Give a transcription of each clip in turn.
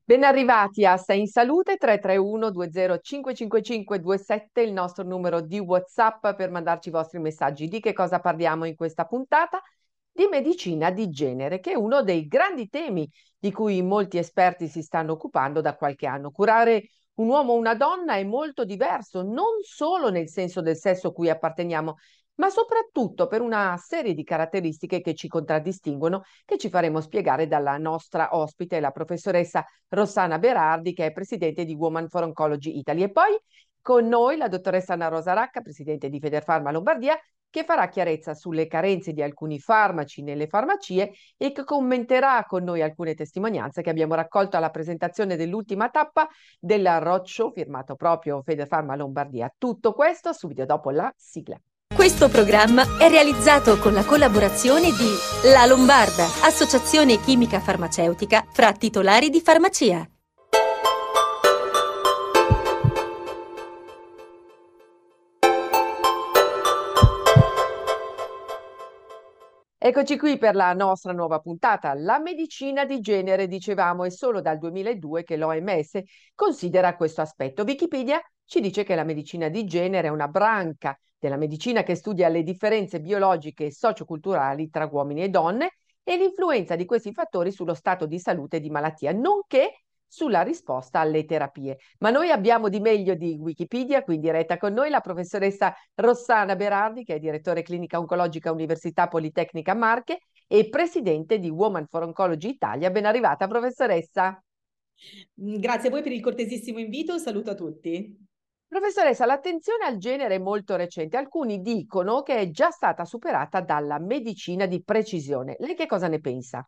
Ben arrivati a Sei in Salute 331 20 555 27, il nostro numero di WhatsApp per mandarci i vostri messaggi. Di che cosa parliamo in questa puntata? Di medicina di genere, che è uno dei grandi temi di cui molti esperti si stanno occupando da qualche anno. Curare un uomo o una donna è molto diverso, non solo nel senso del sesso a cui apparteniamo, ma soprattutto per una serie di caratteristiche che ci contraddistinguono, che ci faremo spiegare dalla nostra ospite, la professoressa Rossana Berardi, che è presidente di Women for Oncology Italy. E poi con noi la dottoressa Anna Rosa Racca, presidente di Federfarma Lombardia, che farà chiarezza sulle carenze di alcuni farmaci nelle farmacie e che commenterà con noi alcune testimonianze che abbiamo raccolto alla presentazione dell'ultima tappa della Roadshow firmato proprio Federfarma Lombardia. Tutto questo subito dopo la sigla. Questo programma è realizzato con la collaborazione di La Lombarda, associazione chimica farmaceutica fra titolari di farmacia. Eccoci qui per la nostra nuova puntata. La medicina di genere, dicevamo, è solo dal 2002 che l'OMS considera questo aspetto. Wikipedia ci dice che la medicina di genere è una branca della medicina che studia le differenze biologiche e socioculturali tra uomini e donne e l'influenza di questi fattori sullo stato di salute e di malattia, nonché sulla risposta alle terapie. Ma noi abbiamo di meglio di Wikipedia, qui in diretta con noi la professoressa Rossana Berardi, che è direttore clinica oncologica Università Politecnica Marche e presidente di Women for Oncology Italia. Ben arrivata, professoressa. Grazie a voi per il cortesissimo invito, saluto a tutti. Professoressa, l'attenzione al genere è molto recente. Alcuni dicono che è già stata superata dalla medicina di precisione. Lei che cosa ne pensa?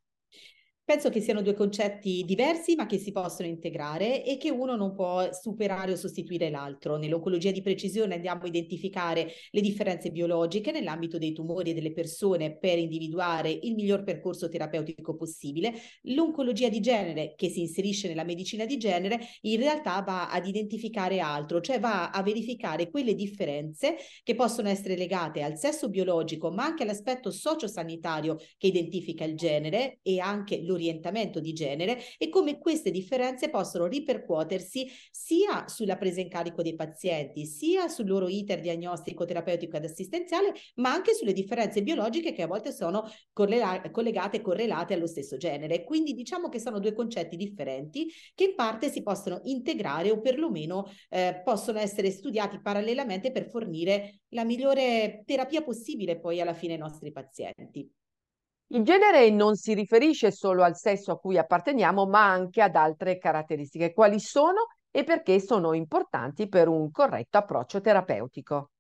Penso che siano due concetti diversi ma che si possono integrare e che uno non può superare o sostituire l'altro. Nell'oncologia di precisione andiamo a identificare le differenze biologiche nell'ambito dei tumori e delle persone per individuare il miglior percorso terapeutico possibile. L'oncologia di genere, che si inserisce nella medicina di genere, in realtà va ad identificare altro, cioè va a verificare quelle differenze che possono essere legate al sesso biologico ma anche all'aspetto sociosanitario che identifica il genere e anche l'orientamento di genere e come queste differenze possono ripercuotersi sia sulla presa in carico dei pazienti, sia sul loro iter diagnostico, terapeutico ed assistenziale, ma anche sulle differenze biologiche che a volte sono collegate e correlate allo stesso genere. Quindi diciamo che sono due concetti differenti che in parte si possono integrare o perlomeno possono essere studiati parallelamente per fornire la migliore terapia possibile poi alla fine ai nostri pazienti. Il genere non si riferisce solo al sesso a cui apparteniamo, ma anche ad altre caratteristiche. Quali sono e perché sono importanti per un corretto approccio terapeutico?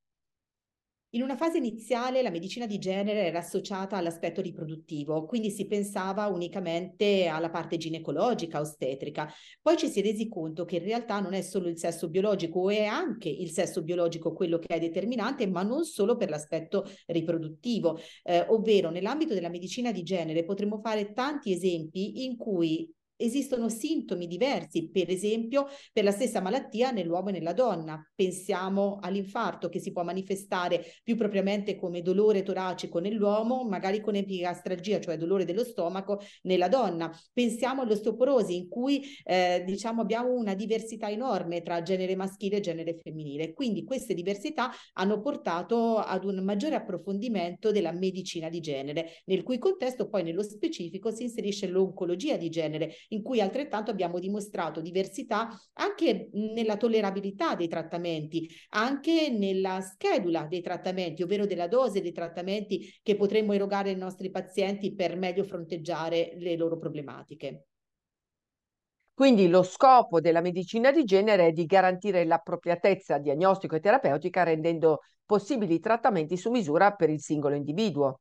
In una fase iniziale la medicina di genere era associata all'aspetto riproduttivo, quindi si pensava unicamente alla parte ginecologica, ostetrica. Poi ci si è resi conto che in realtà non è solo il sesso biologico, è anche il sesso biologico quello che è determinante, ma non solo per l'aspetto riproduttivo, ovvero nell'ambito della medicina di genere potremmo fare tanti esempi in cui esistono sintomi diversi, per esempio per la stessa malattia nell'uomo e nella donna. Pensiamo all'infarto che si può manifestare più propriamente come dolore toracico nell'uomo, magari con epigastralgia, cioè dolore dello stomaco nella donna. Pensiamo all'osteoporosi in cui diciamo abbiamo una diversità enorme tra genere maschile e genere femminile. Quindi queste diversità hanno portato ad un maggiore approfondimento della medicina di genere, nel cui contesto poi nello specifico si inserisce l'oncologia di genere, in cui altrettanto abbiamo dimostrato diversità anche nella tollerabilità dei trattamenti, anche nella schedula dei trattamenti, ovvero della dose dei trattamenti che potremmo erogare ai nostri pazienti per meglio fronteggiare le loro problematiche. Quindi lo scopo della medicina di genere è di garantire l'appropriatezza diagnostica e terapeutica, rendendo possibili trattamenti su misura per il singolo individuo.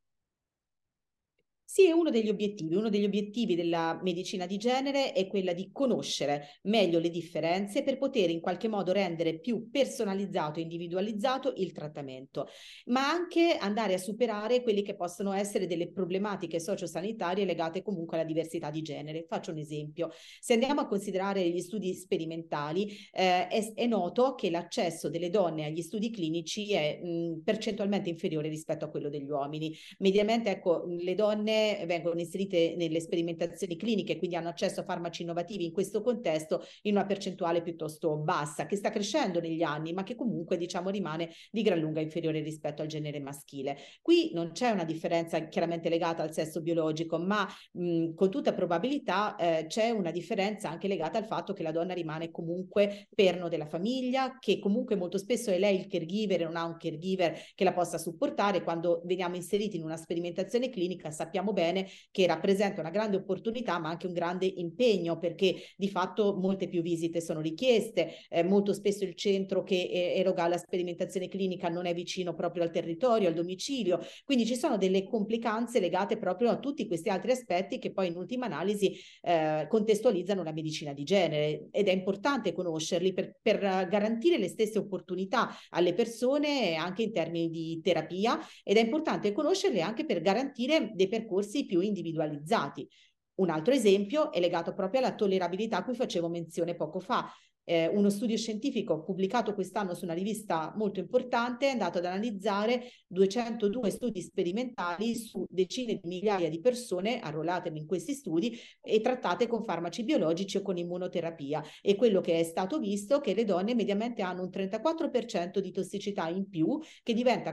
Sì, è uno degli obiettivi. Uno degli obiettivi della medicina di genere è quella di conoscere meglio le differenze per poter in qualche modo rendere più personalizzato e individualizzato il trattamento, ma anche andare a superare quelli che possono essere delle problematiche sociosanitarie legate comunque alla diversità di genere. Faccio un esempio. Se andiamo a considerare gli studi sperimentali, è noto che l'accesso delle donne agli studi clinici è percentualmente inferiore rispetto a quello degli uomini. Mediamente, ecco, le donne donne vengono inserite nelle sperimentazioni cliniche, quindi hanno accesso a farmaci innovativi in questo contesto in una percentuale piuttosto bassa, che sta crescendo negli anni, ma che comunque diciamo rimane di gran lunga inferiore rispetto al genere maschile. Qui non c'è una differenza chiaramente legata al sesso biologico, ma con tutta probabilità c'è una differenza anche legata al fatto che la donna rimane comunque perno della famiglia, che comunque molto spesso è lei il caregiver e non ha un caregiver che la possa supportare. Quando veniamo inseriti in una sperimentazione clinica sappiamo bene che rappresenta una grande opportunità ma anche un grande impegno, perché di fatto molte più visite sono richieste, molto spesso il centro che eroga la sperimentazione clinica non è vicino proprio al territorio, al domicilio, quindi ci sono delle complicanze legate proprio a tutti questi altri aspetti che poi in ultima analisi contestualizzano la medicina di genere, ed è importante conoscerli per garantire le stesse opportunità alle persone anche in termini di terapia, ed è importante conoscerle anche per garantire dei percorsi più individualizzati. Un altro esempio è legato proprio alla tollerabilità a cui facevo menzione poco fa. Uno studio scientifico pubblicato quest'anno su una rivista molto importante è andato ad analizzare 202 studi sperimentali su decine di migliaia di persone arruolate in questi studi e trattate con farmaci biologici o con immunoterapia, e quello che è stato visto è che le donne mediamente hanno un 34% di tossicità in più, che diventa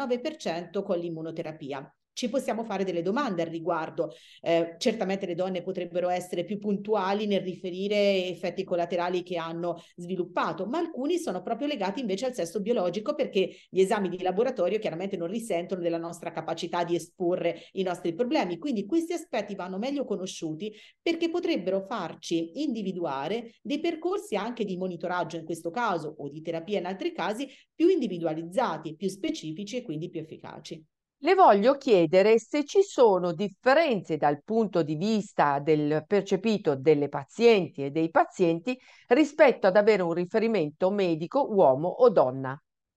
49% con l'immunoterapia. Ci possiamo fare delle domande al riguardo. Certamente le donne potrebbero essere più puntuali nel riferire effetti collaterali che hanno sviluppato, ma alcuni sono proprio legati invece al sesso biologico, perché gli esami di laboratorio chiaramente non risentono della nostra capacità di esporre i nostri problemi. Quindi questi aspetti vanno meglio conosciuti, perché potrebbero farci individuare dei percorsi anche di monitoraggio in questo caso, o di terapia in altri casi, più individualizzati, più specifici e quindi più efficaci. Le voglio chiedere se ci sono differenze dal punto di vista del percepito delle pazienti e dei pazienti rispetto ad avere un riferimento medico uomo o donna.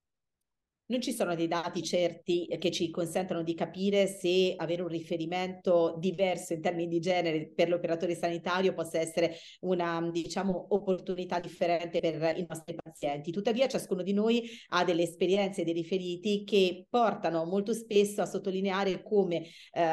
Non ci sono dei dati certi che ci consentano di capire se avere un riferimento diverso in termini di genere per l'operatore sanitario possa essere una, diciamo, opportunità differente per i nostri pazienti. Tuttavia, ciascuno di noi ha delle esperienze e dei riferiti che portano molto spesso a sottolineare come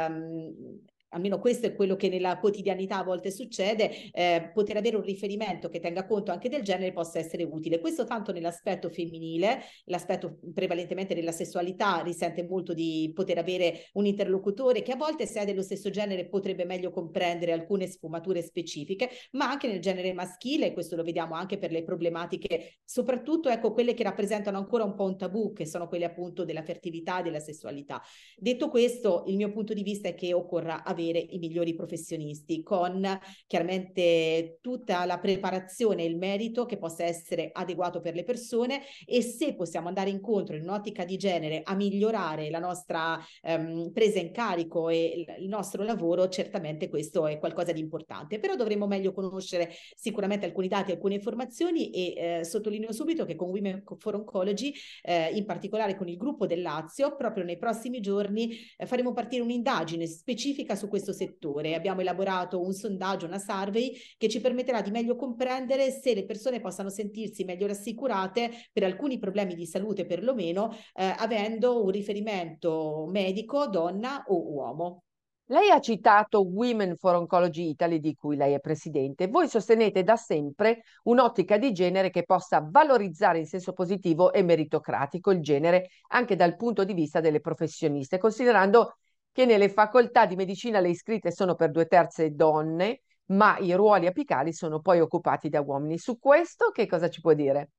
almeno questo è quello che nella quotidianità a volte succede, poter avere un riferimento che tenga conto anche del genere possa essere utile. Questo tanto nell'aspetto femminile, l'aspetto prevalentemente della sessualità risente molto di poter avere un interlocutore che a volte, se è dello stesso genere, potrebbe meglio comprendere alcune sfumature specifiche, ma anche nel genere maschile, questo lo vediamo anche per le problematiche, soprattutto ecco quelle che rappresentano ancora un po' un tabù, che sono quelle appunto della fertilità e della sessualità. Detto questo, il mio punto di vista è che occorra avere i migliori professionisti, con chiaramente tutta la preparazione e il merito che possa essere adeguato per le persone, e se possiamo andare incontro in un'ottica di genere a migliorare la nostra presa in carico e il nostro lavoro, certamente questo è qualcosa di importante. Però dovremo meglio conoscere sicuramente alcuni dati, alcune informazioni, e sottolineo subito che con Women for Oncology, in particolare con il gruppo del Lazio, proprio nei prossimi giorni faremo partire un'indagine specifica su questo settore. Abbiamo elaborato un sondaggio, una survey, che ci permetterà di meglio comprendere se le persone possano sentirsi meglio rassicurate per alcuni problemi di salute, perlomeno, avendo un riferimento medico, donna o uomo. Lei ha citato Women for Oncology Italy, di cui lei è presidente. Voi sostenete da sempre un'ottica di genere che possa valorizzare in senso positivo e meritocratico il genere anche dal punto di vista delle professioniste, considerando che nelle facoltà di medicina le iscritte sono per 2/3 donne, ma i ruoli apicali sono poi occupati da uomini. Su questo che cosa ci può dire?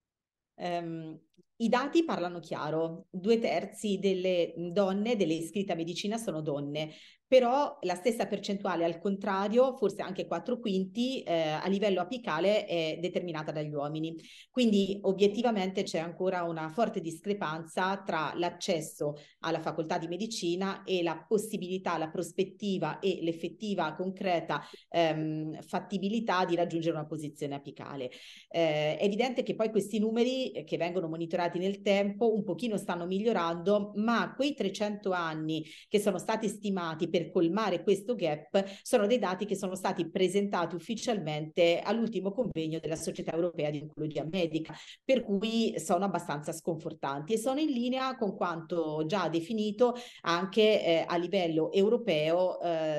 I dati parlano chiaro: 2/3 delle donne, delle iscritte a medicina, sono donne, però la stessa percentuale, al contrario, forse anche 4/5, a livello apicale è determinata dagli uomini. Quindi obiettivamente c'è ancora una forte discrepanza tra l'accesso alla facoltà di medicina e la possibilità, la prospettiva e l'effettiva concreta fattibilità di raggiungere una posizione apicale. È evidente che poi questi numeri che vengono monitorati monitorati nel tempo, un pochino stanno migliorando, ma quei 300 anni che sono stati stimati per colmare questo gap sono dei dati che sono stati presentati ufficialmente all'ultimo convegno della Società Europea di Oncologia Medica, per cui sono abbastanza sconfortanti e sono in linea con quanto già definito anche a livello europeo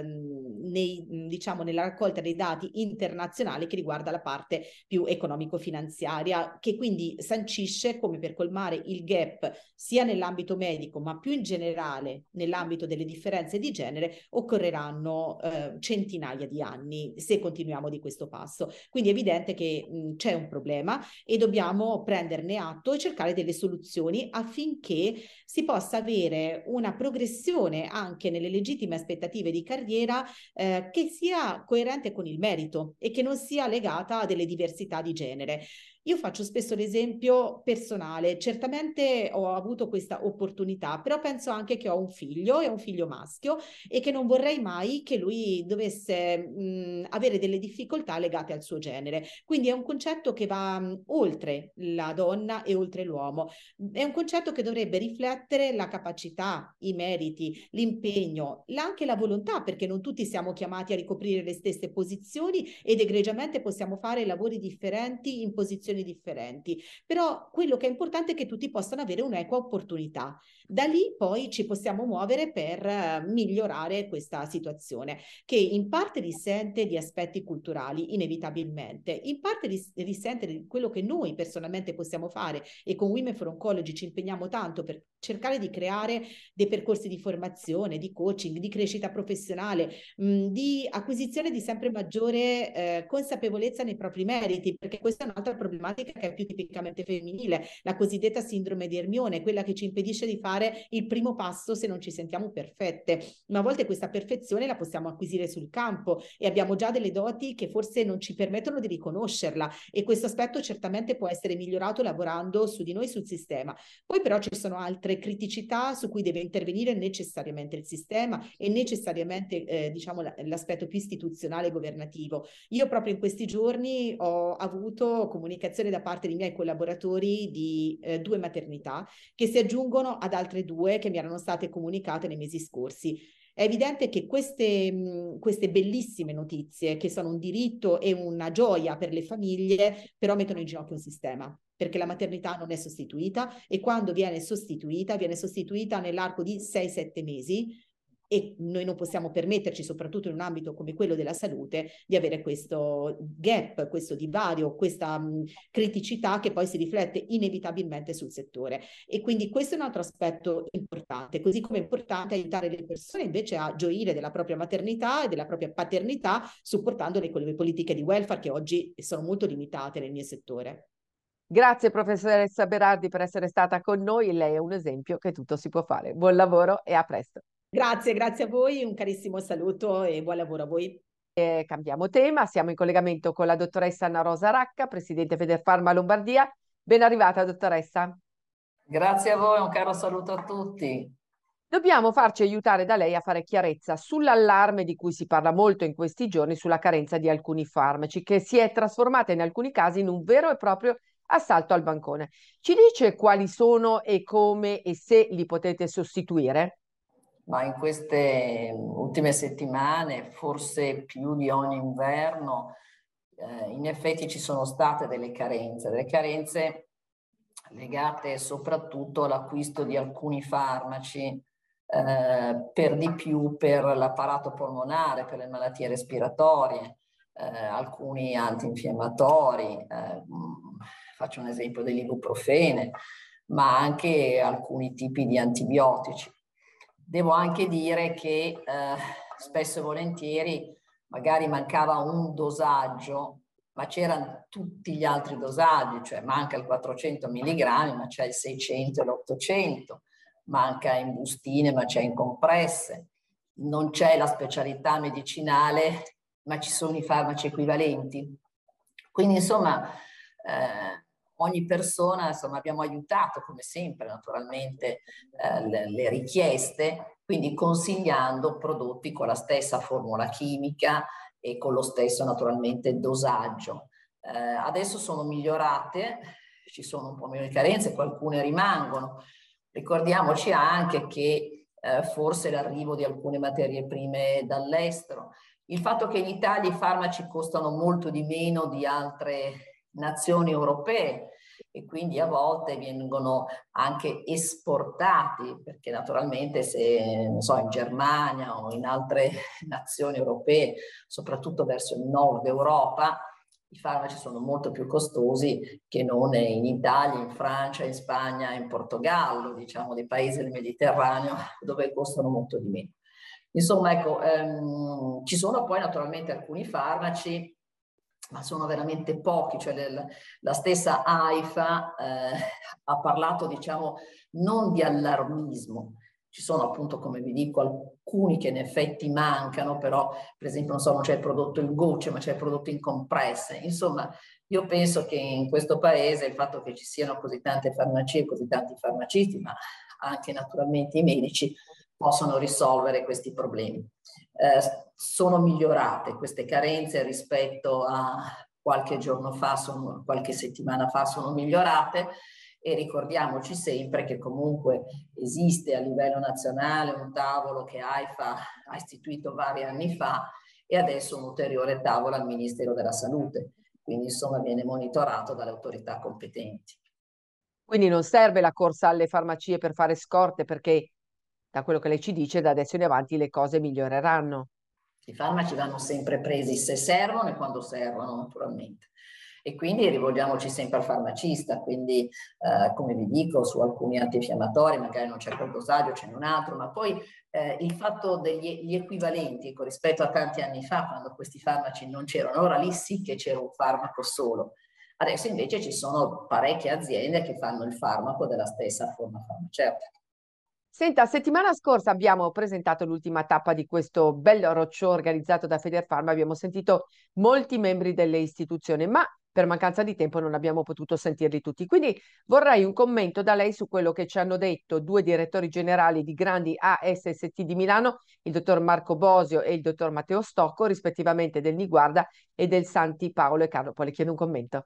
diciamo, nella raccolta dei dati internazionali che riguarda la parte più economico-finanziaria, che quindi sancisce come per colmare il gap sia nell'ambito medico ma più in generale nell'ambito delle differenze di genere occorreranno centinaia di anni se continuiamo di questo passo. Quindi è evidente che c'è un problema e dobbiamo prenderne atto e cercare delle soluzioni affinché si possa avere una progressione anche nelle legittime aspettative di carriera che sia coerente con il merito e che non sia legata a delle diversità di genere. Io faccio spesso l'esempio personale, certamente ho avuto questa opportunità, però penso anche che ho un figlio, e un figlio maschio, e che non vorrei mai che lui dovesse avere delle difficoltà legate al suo genere. Quindi è un concetto che va oltre la donna e oltre l'uomo. È un concetto che dovrebbe riflettere la capacità, i meriti, l'impegno, anche la volontà, perché non tutti siamo chiamati a ricoprire le stesse posizioni ed egregiamente possiamo fare lavori differenti in posizioni differenti, però quello che è importante è che tutti possano avere un'equa opportunità. Da lì poi ci possiamo muovere per migliorare questa situazione, che in parte risente di aspetti culturali, inevitabilmente, in parte risente di quello che noi personalmente possiamo fare, e con Women for Oncology ci impegniamo tanto per cercare di creare dei percorsi di formazione, di coaching, di crescita professionale, di acquisizione di sempre maggiore consapevolezza nei propri meriti, perché questa è un'altra problematica che è più tipicamente femminile, la cosiddetta sindrome di Ermione, quella che ci impedisce di fare il primo passo se non ci sentiamo perfette, ma a volte questa perfezione la possiamo acquisire sul campo e abbiamo già delle doti che forse non ci permettono di riconoscerla, e questo aspetto certamente può essere migliorato lavorando su di noi, sul sistema. Poi però ci sono altre criticità su cui deve intervenire necessariamente il sistema e necessariamente diciamo l'aspetto più istituzionale e governativo. Io proprio in questi giorni ho avuto comunicazione da parte dei miei collaboratori di 2 maternità che si aggiungono ad altre 2 che mi erano state comunicate nei mesi scorsi. È evidente che queste bellissime notizie, che sono un diritto e una gioia per le famiglie, però mettono in ginocchio un sistema, perché la maternità non è sostituita, e quando viene sostituita nell'arco di 6-7 mesi, e noi non possiamo permetterci, soprattutto in un ambito come quello della salute, di avere questo gap, questo divario, questa criticità che poi si riflette inevitabilmente sul settore. E quindi questo è un altro aspetto importante, così come è importante aiutare le persone invece a gioire della propria maternità e della propria paternità, supportandole con le politiche di welfare che oggi sono molto limitate nel mio settore. Grazie professoressa Berardi per essere stata con noi, lei è un esempio che tutto si può fare. Buon lavoro e a presto. Grazie, grazie a voi, un carissimo saluto e buon lavoro a voi. Cambiamo tema, siamo in collegamento con la dottoressa Anna Rosa Racca, presidente Federfarma Lombardia. Ben arrivata, dottoressa. Grazie a voi, un caro saluto a tutti. Dobbiamo farci aiutare da lei a fare chiarezza sull'allarme di cui si parla molto in questi giorni sulla carenza di alcuni farmaci, che si è trasformata in alcuni casi in un vero e proprio assalto al bancone. Ci dice quali sono e come e se li potete sostituire? Ma in queste ultime settimane, forse più di ogni inverno, in effetti ci sono state delle carenze legate soprattutto all'acquisto di alcuni farmaci, per di più per l'apparato polmonare, per le malattie respiratorie, alcuni antinfiammatori, faccio un esempio dell'ibuprofene, ma anche alcuni tipi di antibiotici. Devo anche dire che spesso e volentieri magari mancava un dosaggio, ma c'erano tutti gli altri dosaggi, cioè manca il 400 mg, ma c'è il 600 e l'800, manca in bustine, ma c'è in compresse, non c'è la specialità medicinale, ma ci sono i farmaci equivalenti. Quindi insomma ogni persona, insomma, abbiamo aiutato come sempre naturalmente le richieste, quindi consigliando prodotti con la stessa formula chimica e con lo stesso naturalmente dosaggio. Adesso sono migliorate ci sono un po' meno di carenze, qualcune rimangono. Ricordiamoci anche che forse l'arrivo di alcune materie prime dall'estero, il fatto che in Italia i farmaci costano molto di meno di altre nazioni europee e quindi a volte vengono anche esportati, perché naturalmente se, non so, in Germania o in altre nazioni europee, soprattutto verso il nord Europa, i farmaci sono molto più costosi che non in Italia, in Francia, in Spagna, in Portogallo, diciamo dei paesi del Mediterraneo dove costano molto di meno. Insomma, ecco, ci sono poi naturalmente alcuni farmaci, ma sono veramente pochi, cioè la stessa AIFA ha parlato, diciamo, non di allarmismo. Ci sono appunto, come vi dico, alcuni che in effetti mancano, però per esempio non c'è il prodotto in gocce, ma c'è il prodotto in compresse. Insomma, io penso che in questo paese il fatto che ci siano così tante farmacie, così tanti farmacisti, ma anche naturalmente i medici, possono risolvere questi problemi. Sono migliorate queste carenze rispetto a qualche giorno fa, qualche settimana fa sono migliorate, e ricordiamoci sempre che comunque esiste a livello nazionale un tavolo che AIFA ha istituito vari anni fa e adesso un ulteriore tavolo al Ministero della Salute, quindi insomma viene monitorato dalle autorità competenti. Quindi non serve la corsa alle farmacie per fare scorte, perché da quello che lei ci dice, da adesso in avanti le cose miglioreranno. I farmaci vanno sempre presi se servono e quando servono, naturalmente. E quindi rivolgiamoci sempre al farmacista, quindi come vi dico, su alcuni antinfiammatori magari non c'è quel dosaggio, c'è un altro, ma poi il fatto degli equivalenti, ecco, rispetto a tanti anni fa, quando questi farmaci non c'erano, ora lì sì che c'era un farmaco solo. Adesso invece ci sono parecchie aziende che fanno il farmaco della stessa forma farmaceutica. Senta, settimana scorsa abbiamo presentato l'ultima tappa di questo bel roadshow organizzato da Federfarma. Abbiamo sentito molti membri delle istituzioni, ma per mancanza di tempo non abbiamo potuto sentirli tutti. Quindi vorrei un commento da lei su quello che ci hanno detto due direttori generali di grandi ASST di Milano, il dottor Marco Bosio e il dottor Matteo Stocco, rispettivamente del Niguarda e del Santi Paolo e Carlo. Poi le chiedo un commento.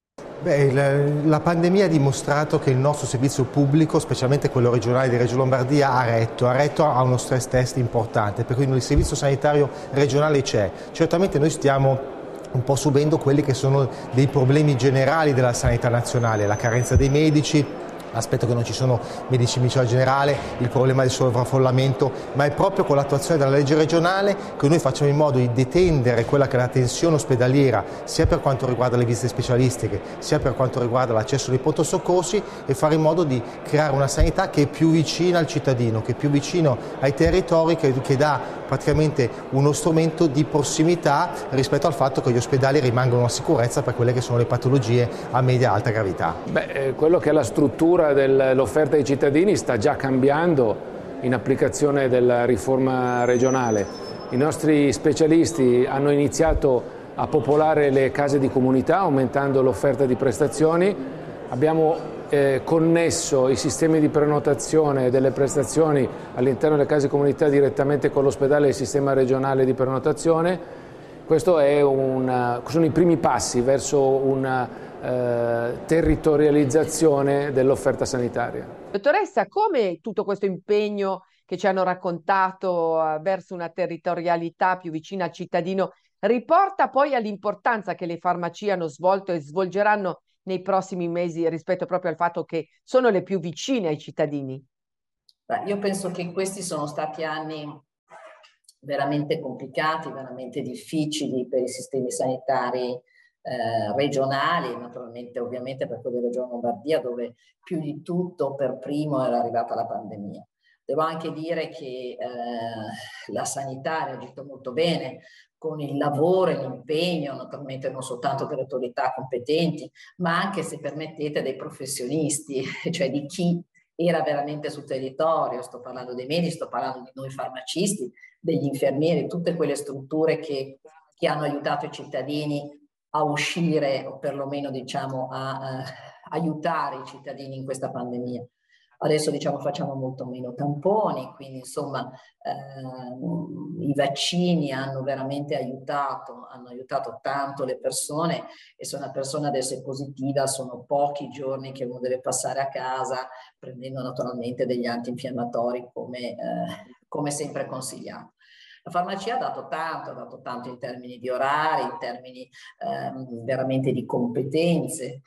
Beh, la pandemia ha dimostrato che il nostro servizio pubblico, specialmente quello regionale di Reggio Lombardia, ha retto a uno stress test importante, per cui il servizio sanitario regionale c'è. Certamente noi stiamo un po' subendo quelli che sono dei problemi generali della sanità nazionale, la carenza dei medici, l'aspetto che non ci sono medici in medicina generale, il problema del sovraffollamento, ma è proprio con l'attuazione della legge regionale che noi facciamo in modo di detendere quella che è la tensione ospedaliera, sia per quanto riguarda le visite specialistiche, sia per quanto riguarda l'accesso dei pronto soccorsi, e fare in modo di creare una sanità che è più vicina al cittadino, che è più vicino ai territori, che dà praticamente uno strumento di prossimità rispetto al fatto che gli ospedali rimangono a sicurezza per quelle che sono le patologie a media e alta gravità. Beh, quello che è la struttura dell'offerta ai cittadini sta già cambiando in applicazione della riforma regionale. I nostri specialisti hanno iniziato a popolare le case di comunità aumentando l'offerta di prestazioni. Abbiamo connesso i sistemi di prenotazione delle prestazioni all'interno delle case di comunità direttamente con l'ospedale e il sistema regionale di prenotazione. Questo sono i primi passi verso una territorializzazione dell'offerta sanitaria. Dottoressa, come tutto questo impegno che ci hanno raccontato verso una territorialità più vicina al cittadino riporta poi all'importanza che le farmacie hanno svolto e svolgeranno nei prossimi mesi rispetto proprio al fatto che sono le più vicine ai cittadini? Beh, io penso che questi sono stati anni veramente complicati, veramente difficili per i sistemi sanitari regionali, naturalmente ovviamente per quello di Regione Lombardia, dove più di tutto per primo era arrivata la pandemia. Devo anche dire che la sanità ha reagito molto bene con il lavoro e l'impegno, naturalmente non soltanto delle autorità competenti, ma anche, se permettete, dei professionisti, cioè di chi era veramente sul territorio. Sto parlando dei medici, sto parlando di noi farmacisti, degli infermieri, tutte quelle strutture che hanno aiutato i cittadini a uscire, o perlomeno diciamo a aiutare i cittadini in questa pandemia. Adesso diciamo facciamo molto meno tamponi, quindi insomma i vaccini hanno veramente aiutato tanto le persone, e se una persona adesso è positiva sono pochi giorni che uno deve passare a casa, prendendo naturalmente degli antinfiammatori come sempre consigliato. La farmacia ha dato tanto in termini di orari, in termini veramente di competenze,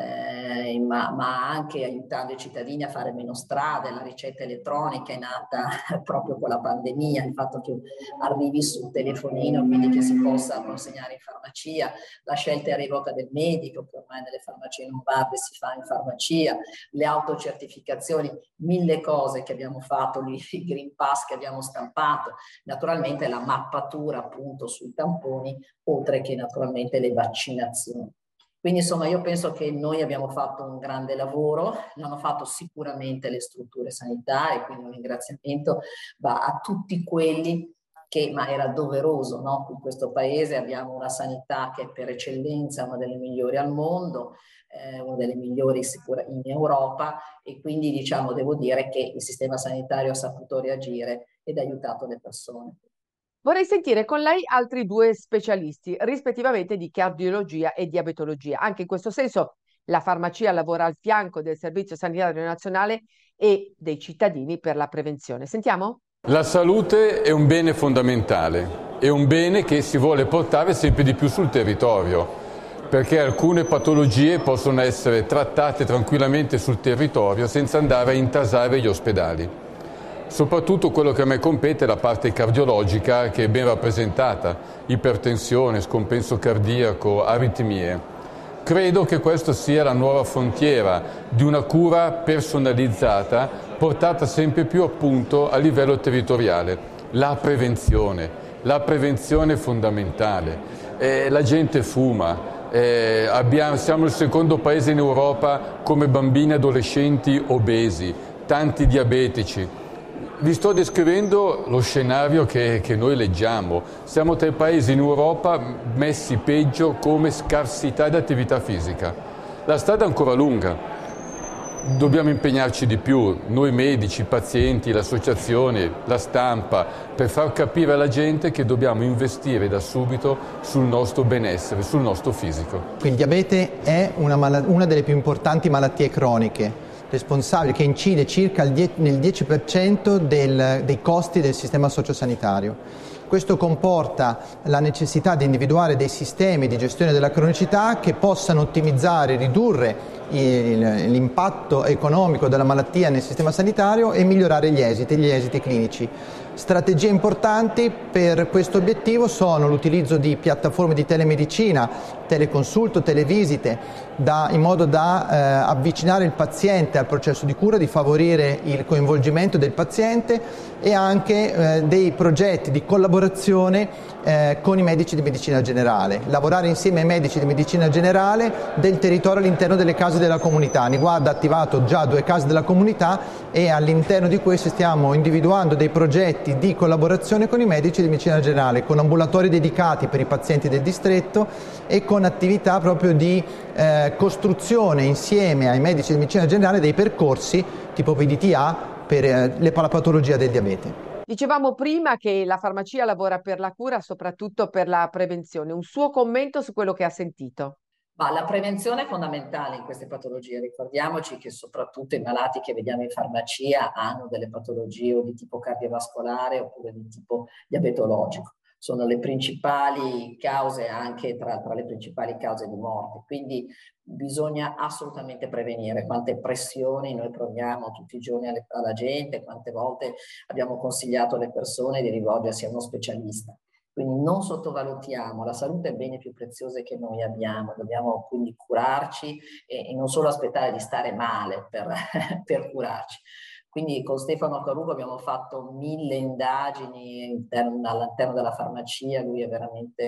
ma anche aiutando i cittadini a fare meno strade. La ricetta elettronica è nata proprio con la pandemia, il fatto che arrivi sul telefonino, quindi che si possa consegnare in farmacia, la scelta e revoca del medico, che ormai nelle farmacie lombarde si fa in farmacia, le autocertificazioni, 1000 cose che abbiamo fatto, i Green Pass che abbiamo stampato, naturalmente la mappatura appunto sui tamponi, oltre che naturalmente le vaccinazioni. Quindi insomma io penso che noi abbiamo fatto un grande lavoro, l'hanno fatto sicuramente le strutture sanitarie, quindi un ringraziamento va a tutti quelli che, ma era doveroso, no? In questo paese abbiamo una sanità che è per eccellenza una delle migliori al mondo, una delle migliori sicura in Europa, e quindi diciamo devo dire che il sistema sanitario ha saputo reagire ed ha aiutato le persone. Vorrei sentire con lei altri due specialisti, rispettivamente di cardiologia e diabetologia. Anche in questo senso la farmacia lavora al fianco del Servizio Sanitario Nazionale e dei cittadini per la prevenzione. Sentiamo? La salute è un bene fondamentale, è un bene che si vuole portare sempre di più sul territorio, perché alcune patologie possono essere trattate tranquillamente sul territorio senza andare a intasare gli ospedali. Soprattutto quello che a me compete è la parte cardiologica, che è ben rappresentata: ipertensione, scompenso cardiaco, aritmie. Credo che questa sia la nuova frontiera di una cura personalizzata, portata sempre più appunto a livello territoriale. La prevenzione è fondamentale. La gente fuma, siamo il secondo paese in Europa come bambini e adolescenti obesi, tanti diabetici. Vi sto descrivendo lo scenario che noi leggiamo. Siamo tra i paesi in Europa messi peggio come scarsità di attività fisica. La strada è ancora lunga. Dobbiamo impegnarci di più, noi medici, i pazienti, le associazioni, la stampa, per far capire alla gente che dobbiamo investire da subito sul nostro benessere, sul nostro fisico. Il diabete è una delle più importanti malattie croniche, responsabile, che incide circa nel 10% dei costi del sistema sociosanitario. Questo comporta la necessità di individuare dei sistemi di gestione della cronicità che possano ottimizzare, ridurre l'impatto economico della malattia nel sistema sanitario e migliorare gli esiti clinici. Strategie importanti per questo obiettivo sono l'utilizzo di piattaforme di telemedicina, teleconsulto, televisite, in modo da avvicinare il paziente al processo di cura, di favorire il coinvolgimento del paziente, e anche dei progetti di collaborazione con i medici di medicina generale. Lavorare insieme ai medici di medicina generale del territorio all'interno delle case della comunità. Niguarda ha attivato già 2 case della comunità e all'interno di queste stiamo individuando dei progetti di collaborazione con i medici di medicina generale, con ambulatori dedicati per i pazienti del distretto e con attività proprio di costruzione insieme ai medici di medicina generale dei percorsi tipo PDTA per la patologia del diabete. Dicevamo prima che la farmacia lavora per la cura, soprattutto per la prevenzione. Un suo commento su quello che ha sentito? Ma la prevenzione è fondamentale in queste patologie. Ricordiamoci che soprattutto i malati che vediamo in farmacia hanno delle patologie o di tipo cardiovascolare oppure di tipo diabetologico. Sono le principali cause, anche tra le principali cause di morte. Quindi bisogna assolutamente prevenire. Quante pressioni noi proviamo tutti i giorni alla gente, quante volte abbiamo consigliato alle persone di rivolgersi a uno specialista. Quindi non sottovalutiamo, la salute è il bene più prezioso che noi abbiamo, dobbiamo quindi curarci e non solo aspettare di stare male per curarci. Quindi con Stefano Caruso abbiamo fatto 1000 indagini all'interno della farmacia, lui è veramente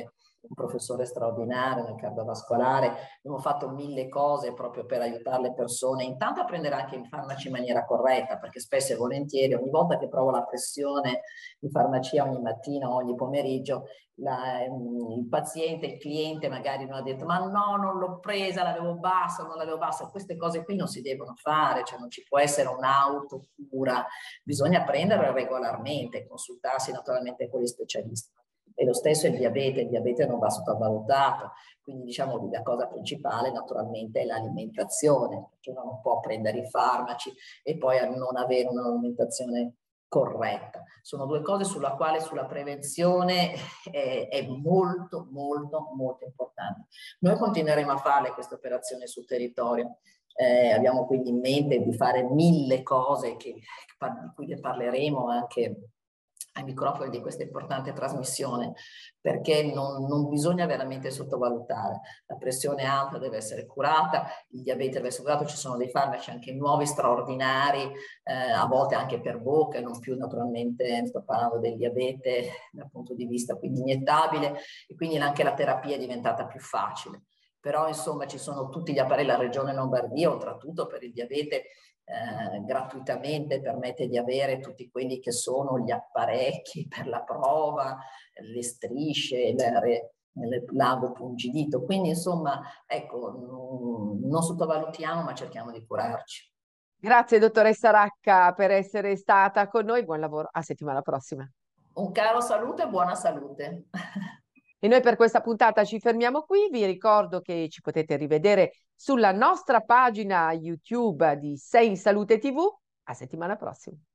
un professore straordinario nel cardiovascolare, abbiamo fatto 1000 cose proprio per aiutare le persone, intanto a prendere anche i farmaci in maniera corretta, perché spesso e volentieri ogni volta che provo la pressione in farmacia ogni mattina o ogni pomeriggio, il paziente, il cliente magari non ha detto ma no, non l'ho presa, l'avevo bassa, non l'avevo bassa. Queste cose qui non si devono fare, cioè non ci può essere un'autocura, bisogna prendere regolarmente, consultarsi naturalmente con gli specialisti. E lo stesso il diabete non va sottovalutato, quindi diciamo la cosa principale naturalmente è l'alimentazione, perché uno non può prendere i farmaci e poi non avere un'alimentazione corretta. Sono due cose sulla quale sulla prevenzione è molto molto molto importante. Noi continueremo a fare queste operazioni sul territorio. Abbiamo quindi in mente di fare 1000 cose di cui ne parleremo anche ai microfoni di questa importante trasmissione, perché non bisogna veramente sottovalutare. La pressione alta deve essere curata, il diabete deve essere curato, ci sono dei farmaci anche nuovi, straordinari, a volte anche per bocca, non più naturalmente, sto parlando del diabete dal punto di vista quindi iniettabile, e quindi anche la terapia è diventata più facile. Però insomma ci sono tutti gli apparecchi, la regione Lombardia, oltretutto per il diabete, gratuitamente permette di avere tutti quelli che sono gli apparecchi per la prova, le strisce, il lago pungidito. Quindi insomma, ecco, non sottovalutiamo ma cerchiamo di curarci. Grazie dottoressa Racca per essere stata con noi, buon lavoro, a settimana prossima. Un caro saluto e buona salute. E noi per questa puntata ci fermiamo qui, vi ricordo che ci potete rivedere sulla nostra pagina YouTube di Sei in Salute TV. A settimana prossima.